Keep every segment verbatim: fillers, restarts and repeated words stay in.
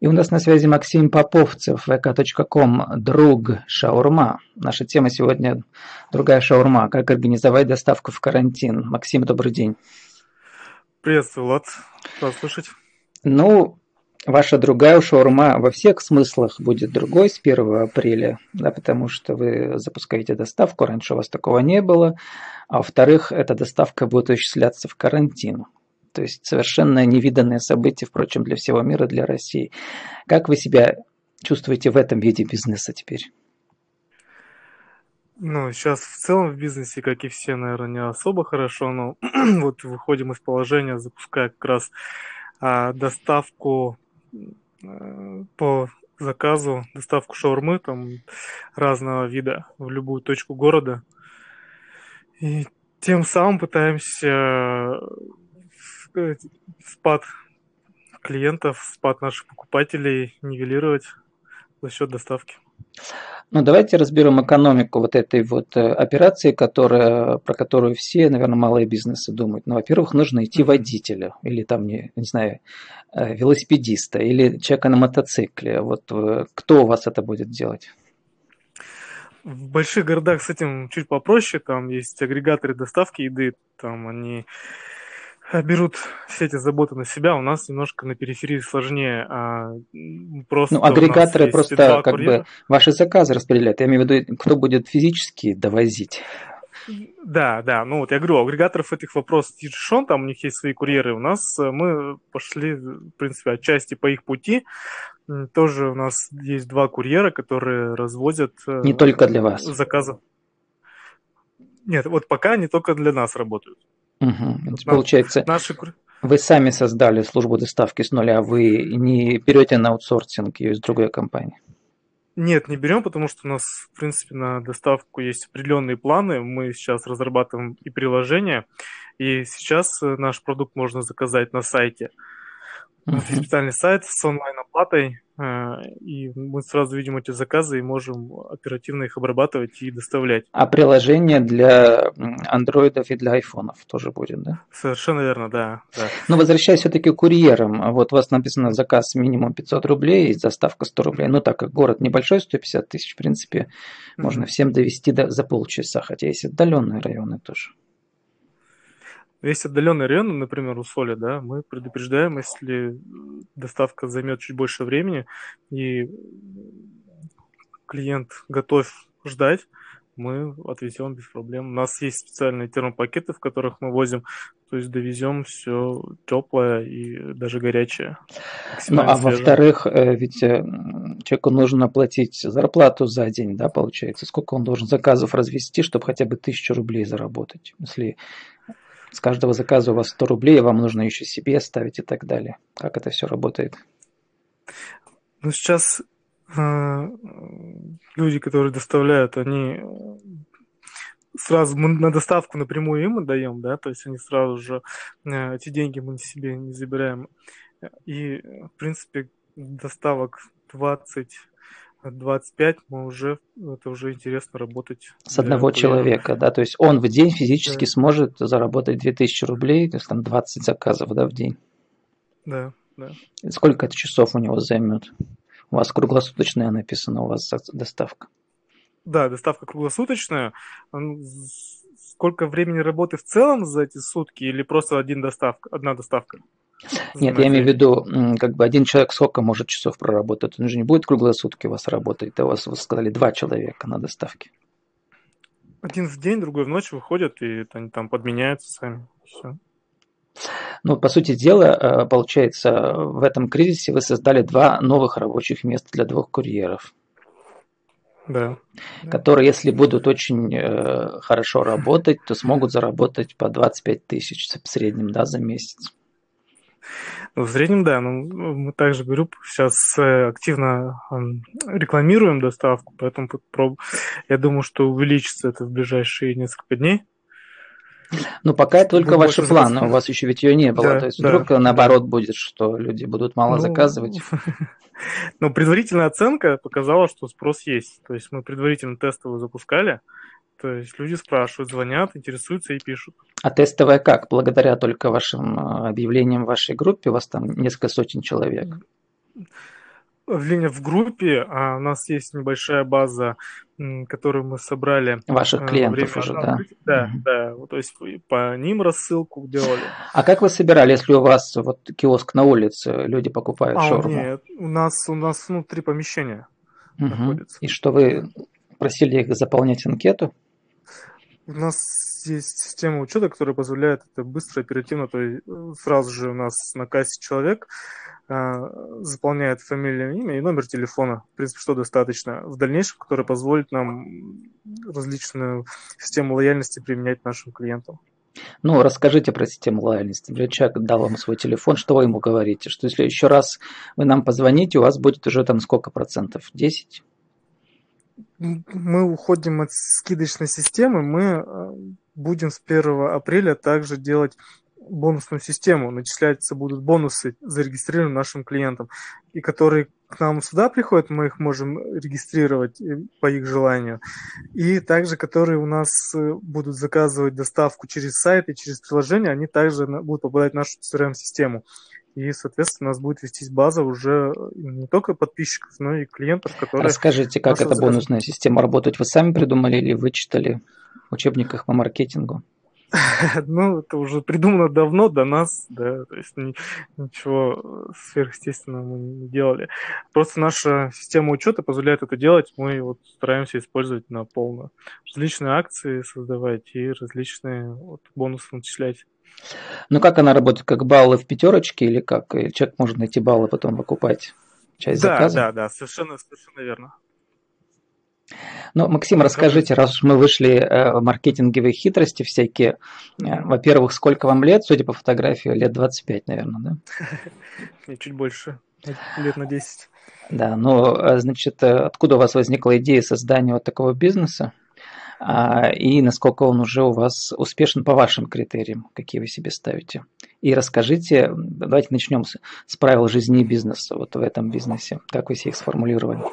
И у нас на связи Максим Поповцев, вэ ка точка ком, друг шаурма. Наша тема сегодня другая шаурма. Как организовать доставку в карантин. Максим, добрый день. Приветствую, Влад. Рад слышать. Ну, ваша другая шаурма во всех смыслах будет другой с первого апреля, да, потому что вы запускаете доставку, раньше у вас такого не было, а во-вторых, эта доставка будет осуществляться в карантин. То есть совершенно невиданное событие, впрочем, для всего мира, для России. Как вы себя чувствуете в этом виде бизнеса теперь? Ну, сейчас в целом в бизнесе, как и все, наверное, не особо хорошо, но вот выходим из положения, запуская как раз а, доставку а, по заказу, доставку шаурмы там разного вида в любую точку города. И тем самым пытаемся сказать, спад клиентов, спад наших покупателей нивелировать за счет доставки. Ну, давайте разберем экономику вот этой вот операции, которая, про которую все, наверное, малые бизнесы думают. Ну, во-первых, нужно найти водителя или там, не, не знаю, велосипедиста или человека на мотоцикле. Вот кто у вас это будет делать? В больших городах с этим чуть попроще, там есть агрегаторы доставки еды, там они берут все эти заботы на себя, у нас немножко на периферии сложнее. А просто ну, агрегаторы просто как курьера. бы ваши заказы распределяют. Я имею в виду, кто будет физически довозить. Да, да, ну вот я говорю, у агрегаторов этих вопросов решен, там у них есть свои курьеры. У нас мы пошли, в принципе, отчасти по их пути. Тоже у нас есть два курьера, которые развозят Не только для вас. заказы. Нет, вот пока они только для нас работают. Угу. Вот получается, наши... вы сами создали службу доставки с нуля, вы не берете на аутсорсинг ее из другой компании? Нет, не берем, потому что у нас, в принципе, на доставку есть определенные планы. Мы сейчас разрабатываем и приложение, и сейчас наш продукт можно заказать на сайте. У нас есть специальный сайт с онлайн-оплатой, и мы сразу видим эти заказы и можем оперативно их обрабатывать и доставлять. А приложение для андроидов и для айфонов тоже будет, да? Совершенно верно, да. да. Но возвращаясь все-таки к курьерам, вот у вас написано заказ минимум пятьсот рублей и доставка сто рублей. Ну так как город небольшой, сто пятьдесят тысяч, в принципе, mm-hmm. можно всем довести до, за полчаса, хотя есть отдаленные районы тоже. Есть отдаленные районы, например, у Соли, да, мы предупреждаем, если доставка займет чуть больше времени, и клиент готов ждать, мы отвезем без проблем. У нас есть специальные термопакеты, в которых мы возим, то есть довезем все теплое и даже горячее. Ну, а свежее. Во-вторых, ведь человеку нужно платить зарплату за день, да, получается? Сколько он должен заказов развести, чтобы хотя бы тысячу рублей заработать? Если с каждого заказа у вас сто рублей, вам нужно еще себе ставить и так далее. Как это все работает? Ну, сейчас э, люди, которые доставляют, они сразу мы на доставку напрямую им отдаем, да, то есть они сразу же э, эти деньги мы себе не забираем. И, в принципе, доставок двадцать двадцать пять мы уже, это уже интересно работать. С одного человека, да, то есть он в день физически да. сможет заработать две тысячи рублей, то есть там двадцать заказов, да, в день. Да, да. Сколько это часов у него займет? У вас круглосуточная написано, у вас доставка. Да, доставка круглосуточная. Сколько времени работы в целом за эти сутки или просто один доставка, одна доставка? Нет, я имею в виду, как бы один человек сколько может часов проработать? Он же не будет круглосутки у вас работать, а у вас, вы сказали, два человека на доставке. Один в день, другой в ночь выходят, и они там подменяются сами. Все. Ну, по сути дела, получается, в этом кризисе вы создали два новых рабочих места для двух курьеров. Да. Которые, если будут очень э, хорошо работать, то смогут заработать по двадцать пять тысяч в среднем, да, за месяц. Ну, в среднем, да. Но мы также, говорю, сейчас активно рекламируем доставку, поэтому я думаю, что увеличится это в ближайшие несколько дней. Ну, пока это только ваши планы, у вас еще ведь ее не было. Да, то есть вдруг да, наоборот да. будет, что люди будут мало ну, заказывать. Ну, предварительная оценка показала, что спрос есть. То есть мы предварительно тестовую запускали. То есть люди спрашивают, звонят, интересуются и пишут. А тестовая как? Благодаря только вашим объявлениям в вашей группе у вас там несколько сотен человек? объявление в группе, а у нас есть небольшая база, м, которую мы собрали Ваших э, во клиентов время уже, да. открытия. Да, Мгм. да, вот, то есть и по ним рассылку делали. А как вы собирали, если у вас вот киоск на улице, люди покупают А, шаурму? нет, у нас, у нас внутри помещения Мгм. находится. И что вы просили их заполнять анкету? У нас есть система учета, которая позволяет это быстро, оперативно, то есть э, сразу же у нас на кассе человек а, заполняет фамилию, имя и номер телефона, в принципе, что достаточно, в дальнейшем, который позволит нам различную систему лояльности применять нашим клиентам. Ну, расскажите про систему лояльности. Например, человек дал вам свой телефон, что вы ему говорите? Что если еще раз вы нам позвоните, у вас будет уже там сколько процентов? десять? Мы уходим от скидочной системы, мы э, будем с первого апреля также делать бонусную систему. Начисляться будут бонусы, зарегистрированным нашим клиентам, и которые к нам сюда приходят, мы их можем регистрировать э, по их желанию. И также, которые у нас э, будут заказывать доставку через сайт и через приложение, они также на- будут попадать в нашу си эр эм-систему. И, соответственно, у нас будет вестись база уже не только подписчиков, но и клиентов, которые Расскажите, как наши эта заказы. бонусная система работает? Вы сами придумали или вычитали в учебниках по маркетингу? Ну, это уже придумано давно до нас, да, то есть ни- ничего сверхъестественного мы не делали. Просто наша система учета позволяет это делать, мы вот стараемся использовать на полную. Различные акции создавать и различные вот бонусы начислять. Ну, как она работает? Как баллы в пятерочке или как? И человек может найти баллы, потом выкупать часть Да, заказа? да, да, совершенно, совершенно верно. Ну, Максим, Ага, то есть, расскажите, раз уж мы вышли э, в маркетинговые хитрости всякие, э, мгм. во-первых, сколько вам лет? Судя по фотографии, лет двадцать пять, наверное, да? Мне чуть больше, лет на десять. Да, ну, э, значит, э, откуда у вас возникла идея создания вот такого бизнеса? А, и насколько он уже у вас успешен по вашим критериям, какие вы себе ставите? И расскажите, давайте начнем с, с правил жизни и бизнеса вот в этом бизнесе. Как вы себе их сформулировали?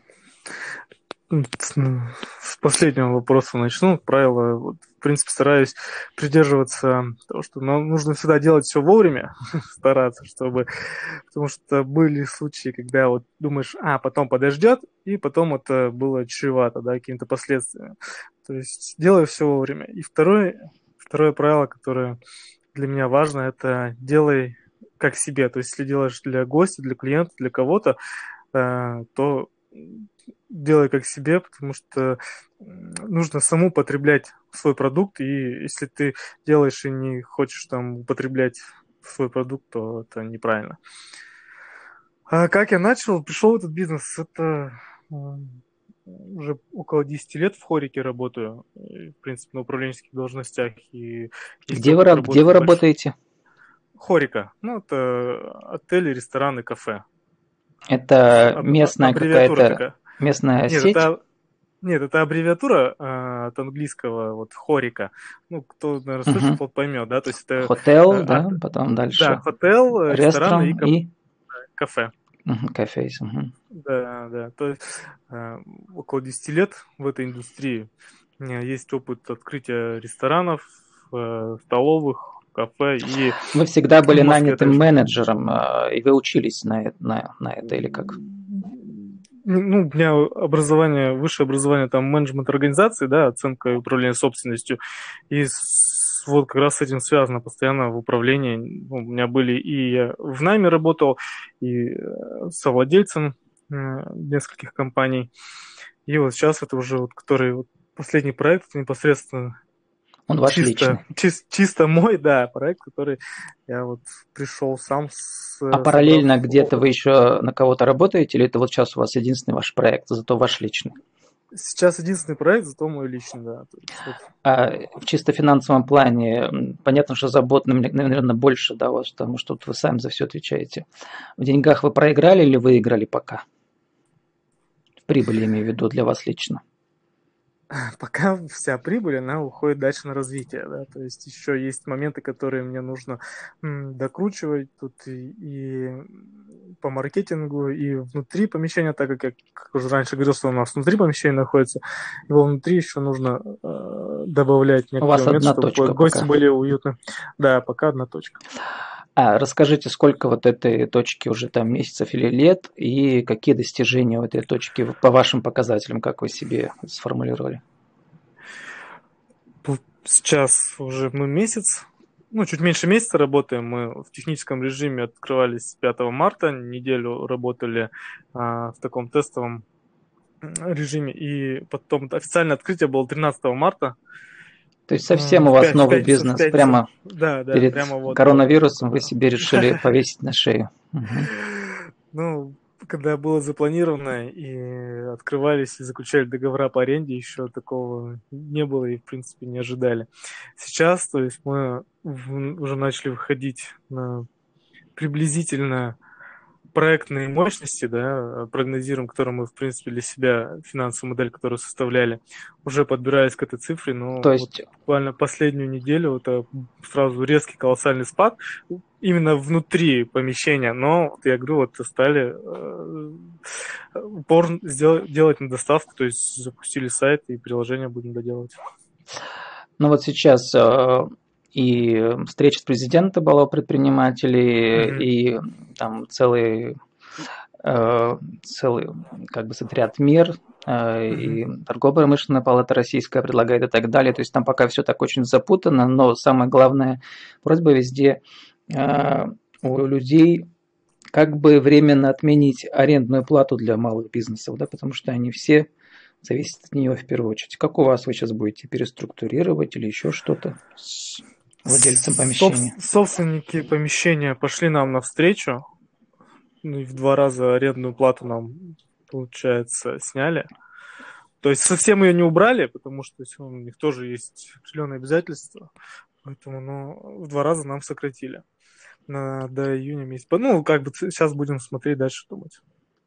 С последнего вопроса начну. Правило, вот, в принципе, стараюсь придерживаться того, что нам нужно всегда делать все вовремя, стараться, чтобы... Потому что были случаи, когда вот думаешь, а, потом подождет, и потом это было чревато, да, какими-то последствиями. То есть делай все вовремя. И второе, второе правило, которое для меня важно, это делай как себе. То есть если делаешь для гостя, для клиента, для кого-то, э, то делай как себе, потому что нужно саму потреблять свой продукт, и если ты делаешь и не хочешь там употреблять свой продукт, то это неправильно. А как я начал? Пришел в этот бизнес, это э, уже около десять лет в Хорике работаю, и, в принципе, на управленческих должностях, и есть Где вы, опыт раб- где работы вы в большом... работаете? Хорика, ну, это отели, рестораны, кафе. Это Аб- а- местная Аббревиатура какая-то такая. местная Нет, сеть? это Нет, это аббревиатура а, от английского, вот, хорика. Ну, кто, наверное, слышал, Угу. тот поймет, да, то есть это, Хотел, а, да, от, потом да, дальше хотел, рестораны и ресторан кафе. и кафе. угу, кафе. Угу. Да, да, то есть а, около десяти лет в этой индустрии. У меня есть опыт открытия ресторанов, э, столовых, кафе и Вы всегда в были Москве нанятым также. менеджером, а, и вы учились на, э- на, на это или как? Ну, у меня образование, высшее образование, там, менеджмент организации, да, оценка и управление собственностью. И с- вот как раз с этим связано постоянно в управлении. Ну, у меня были и я в найме работал, и э, совладельцем э, нескольких компаний. И вот сейчас это уже, вот, который вот последний проект, это непосредственно Он ваш чисто, личный. чис- чисто мой, да, проект, который я вот пришел сам, А с- собрав параллельно где-то опыт. вы еще на кого-то работаете, или это вот сейчас у вас единственный ваш проект, зато ваш личный? Сейчас единственный проект, зато мой личный, да. То есть вот. А в чисто финансовом плане, м, понятно, что забот, наверное, больше, да, у вас, потому что тут вы сами за все отвечаете. В деньгах вы проиграли или выиграли пока? В прибыли, имею в виду, для вас лично. Пока вся прибыль, она уходит дальше на развитие, да, то есть еще есть моменты, которые мне нужно м, докручивать тут и, и по маркетингу, и внутри помещения, так как я, как уже раньше говорил, что у нас внутри помещения находится, его внутри еще нужно э, добавлять У некоторые вас моменты, одна чтобы точка гости пока. были уютны. Да, пока одна точка. А расскажите, сколько вот этой точки уже там месяцев или лет, и какие достижения у этой точки по вашим показателям, как вы себе сформулировали? Сейчас уже мы месяц, ну, чуть меньше месяца работаем. Мы в техническом режиме открывались пятого марта, неделю работали а, в таком тестовом режиме, и потом официальное открытие было тринадцатого марта. То есть совсем у В вас пять- в новый пятницу, в бизнес, пятницу. прямо Да, да, перед прямо вот, вот. коронавирусом вы себе решили повесить на шею. Мгм. Ну, когда было запланировано и открывались и заключали договора по аренде, еще такого не было и, в принципе, не ожидали. Сейчас, то есть мы в- уже начали выходить на приблизительно проектные мощности, да, прогнозируем, которые мы, в принципе, для себя, финансовую модель, которую составляли, уже подбираясь к этой цифре, но То вот есть, буквально последнюю неделю это сразу резкий колоссальный спад именно внутри помещения, но вот я говорю, вот стали э, упор сдел- делать на доставку, то есть запустили сайт и приложение будем доделать. ну вот сейчас э, и встреча с президентом была у предпринимателей, Мгм. и там целый, э, целый как бы сказать, ряд мер, э, Мгм. и торгово-промышленная палата российская предлагает и так далее. То есть там пока все так очень запутано, но самая главная просьба везде э, у людей как бы временно отменить арендную плату для малых бизнесов, да, потому что они все зависят от нее в первую очередь. Как у вас, вы сейчас будете переструктурировать или еще что-то с владельцем Собс- помещения? Собственники помещения пошли нам навстречу, ну и в два раза арендную плату нам, получается, сняли. То есть совсем ее не убрали, потому что у них тоже есть определенные обязательства. Поэтому, ну, в два раза нам сократили на, до июня месяца. Ну, как бы сейчас будем смотреть дальше, думать.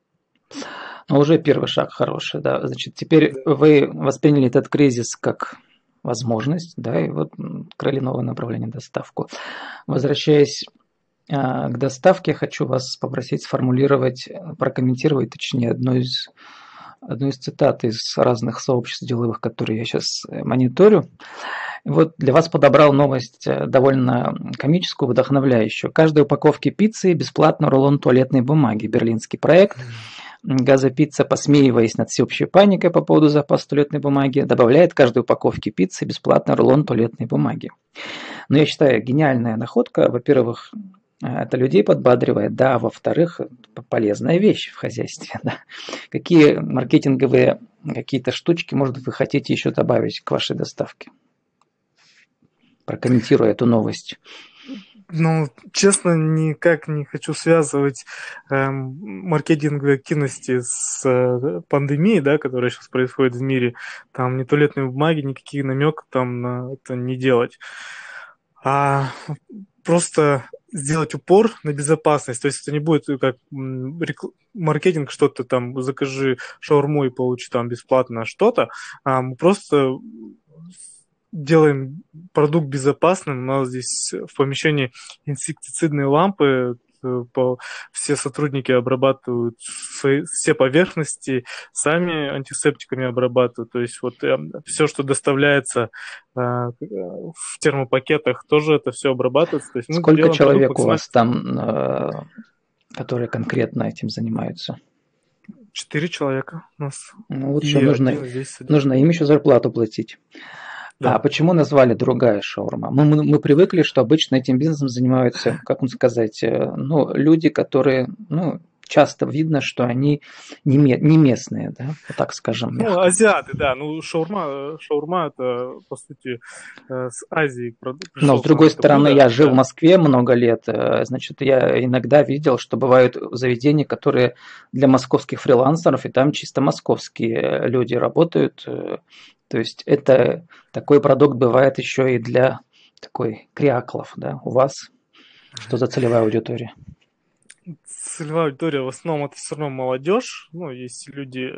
Но уже первый шаг хороший, да. Значит, теперь Да. вы восприняли этот кризис как возможность, да, и вот открыли новое направление доставку. Возвращаясь а, к доставке, хочу вас попросить сформулировать, прокомментировать, точнее, одну из одну из цитат из разных сообществ деловых, которые я сейчас мониторю. Вот для вас подобрал новость довольно комическую, вдохновляющую. Каждой упаковке пиццы бесплатно рулон туалетной бумаги. Берлинский проект. Газопицца, посмеиваясь над всеобщей паникой по поводу запаса туалетной бумаги, добавляет к каждой упаковке пиццы бесплатно рулон туалетной бумаги. Но я считаю, гениальная находка. Во-первых, это людей подбадривает, да, а во-вторых, полезная вещь в хозяйстве. Да. Какие маркетинговые какие-то штучки, может быть, вы хотите еще добавить к вашей доставке? Прокомментируя эту новость. Ну, честно, никак не хочу связывать э, маркетинговые активности с э, пандемией, да, которая сейчас происходит в мире. Там ни туалетной бумаги, никаких намеков там на это не делать. А просто сделать упор на безопасность. То есть это не будет как рекл... маркетинг, что-то там, закажи шаурму и получи там бесплатно что-то. А мы просто делаем продукт безопасным. У нас здесь в помещении инсектицидные лампы, по, все сотрудники обрабатывают свои, все поверхности, сами антисептиками обрабатывают. То есть вот э, все, что доставляется э, в термопакетах, тоже это все обрабатывается. То есть мы Сколько делаем продукт человек у максимально... вас там, э, которые конкретно этим занимаются? Четыре человека у нас. Ну вот еще И нужно, один здесь сидит. нужно им еще зарплату платить. А Да. почему назвали другая шаурма? Мы, мы, мы привыкли, что обычно этим бизнесом занимаются, как вам сказать, ну, люди, которые, ну, часто видно, что они не, не местные, да, вот так скажем Ну, мягко. азиаты, да. Ну, шаурма, шаурма это, по сути, с Азии Но, с пришел к нам другой это стороны, блюдо. я жил в Да. Москве много лет, значит, я иногда видел, что бывают заведения, которые для московских фрилансеров, и там чисто московские люди работают. То есть это такой продукт бывает еще и для такой кряклов, да, у вас. Что за целевая аудитория? Целевая аудитория в основном это все равно молодежь. Ну, есть люди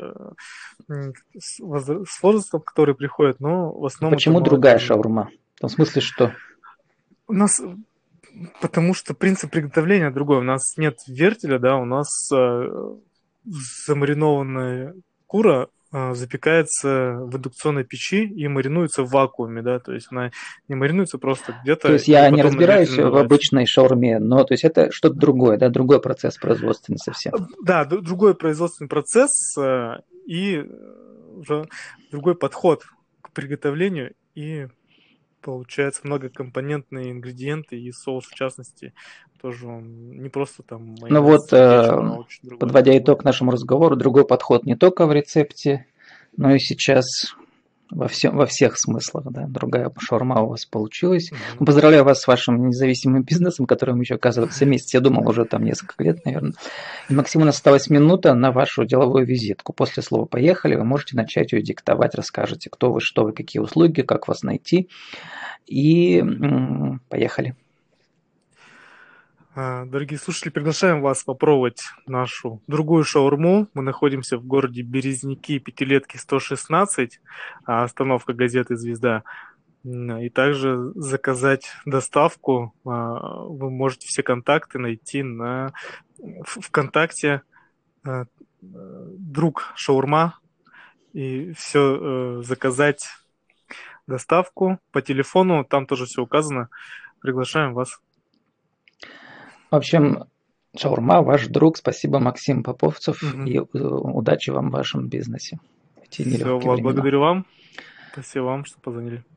с, возра- с возрастом, которые приходят, но в основном это Почему другая молодежь. шаурма? В том смысле, что? У нас, потому что принцип приготовления другой. У нас нет вертеля, да, у нас э, замаринованная кура запекается в индукционной печи и маринуется в вакууме, да, то есть она не маринуется просто То где-то есть и я не потом разбираюсь нагревательно в наливается. обычной шаурме, но то есть это что-то другое, да, другой процесс производственный совсем. Да, д- другой производственный процесс э, и э, уже другой подход к приготовлению, и получается многокомпонентные ингредиенты, и соус в частности тоже он не просто там Ну майонез вот, с кетчупом, а э, очень другой подводя другой. итог нашему разговору, другой подход не только в рецепте, но и сейчас во, всем, во всех смыслах, да, другая шаурма у вас получилась. Ну, Мгм. поздравляю вас с вашим независимым бизнесом, которым еще, оказывается, месяц, я думал, уже там несколько лет, наверное. И, Максим, у нас осталась минута на вашу деловую визитку. После слова «поехали» вы можете начать ее диктовать, расскажете, кто вы, что вы, какие услуги, как вас найти. И м, поехали. А, Дорогие слушатели, приглашаем вас попробовать нашу другую шаурму. Мы находимся в городе Березники, Пятилетки сто шестнадцать, а, остановка газеты «Звезда». М, И также заказать доставку. а, Вы можете все контакты найти на в- ВКонтакте, а, э, друг шаурма, и все заказать доставку по телефону. Там тоже все указано. Приглашаем вас. В общем, шаурма ваш друг. Спасибо, Максим Поповцев, Мгм. и э, удачи вам в вашем бизнесе в эти Все, нелегкие Влад, времена. благодарю вам. Спасибо вам, что позвонили.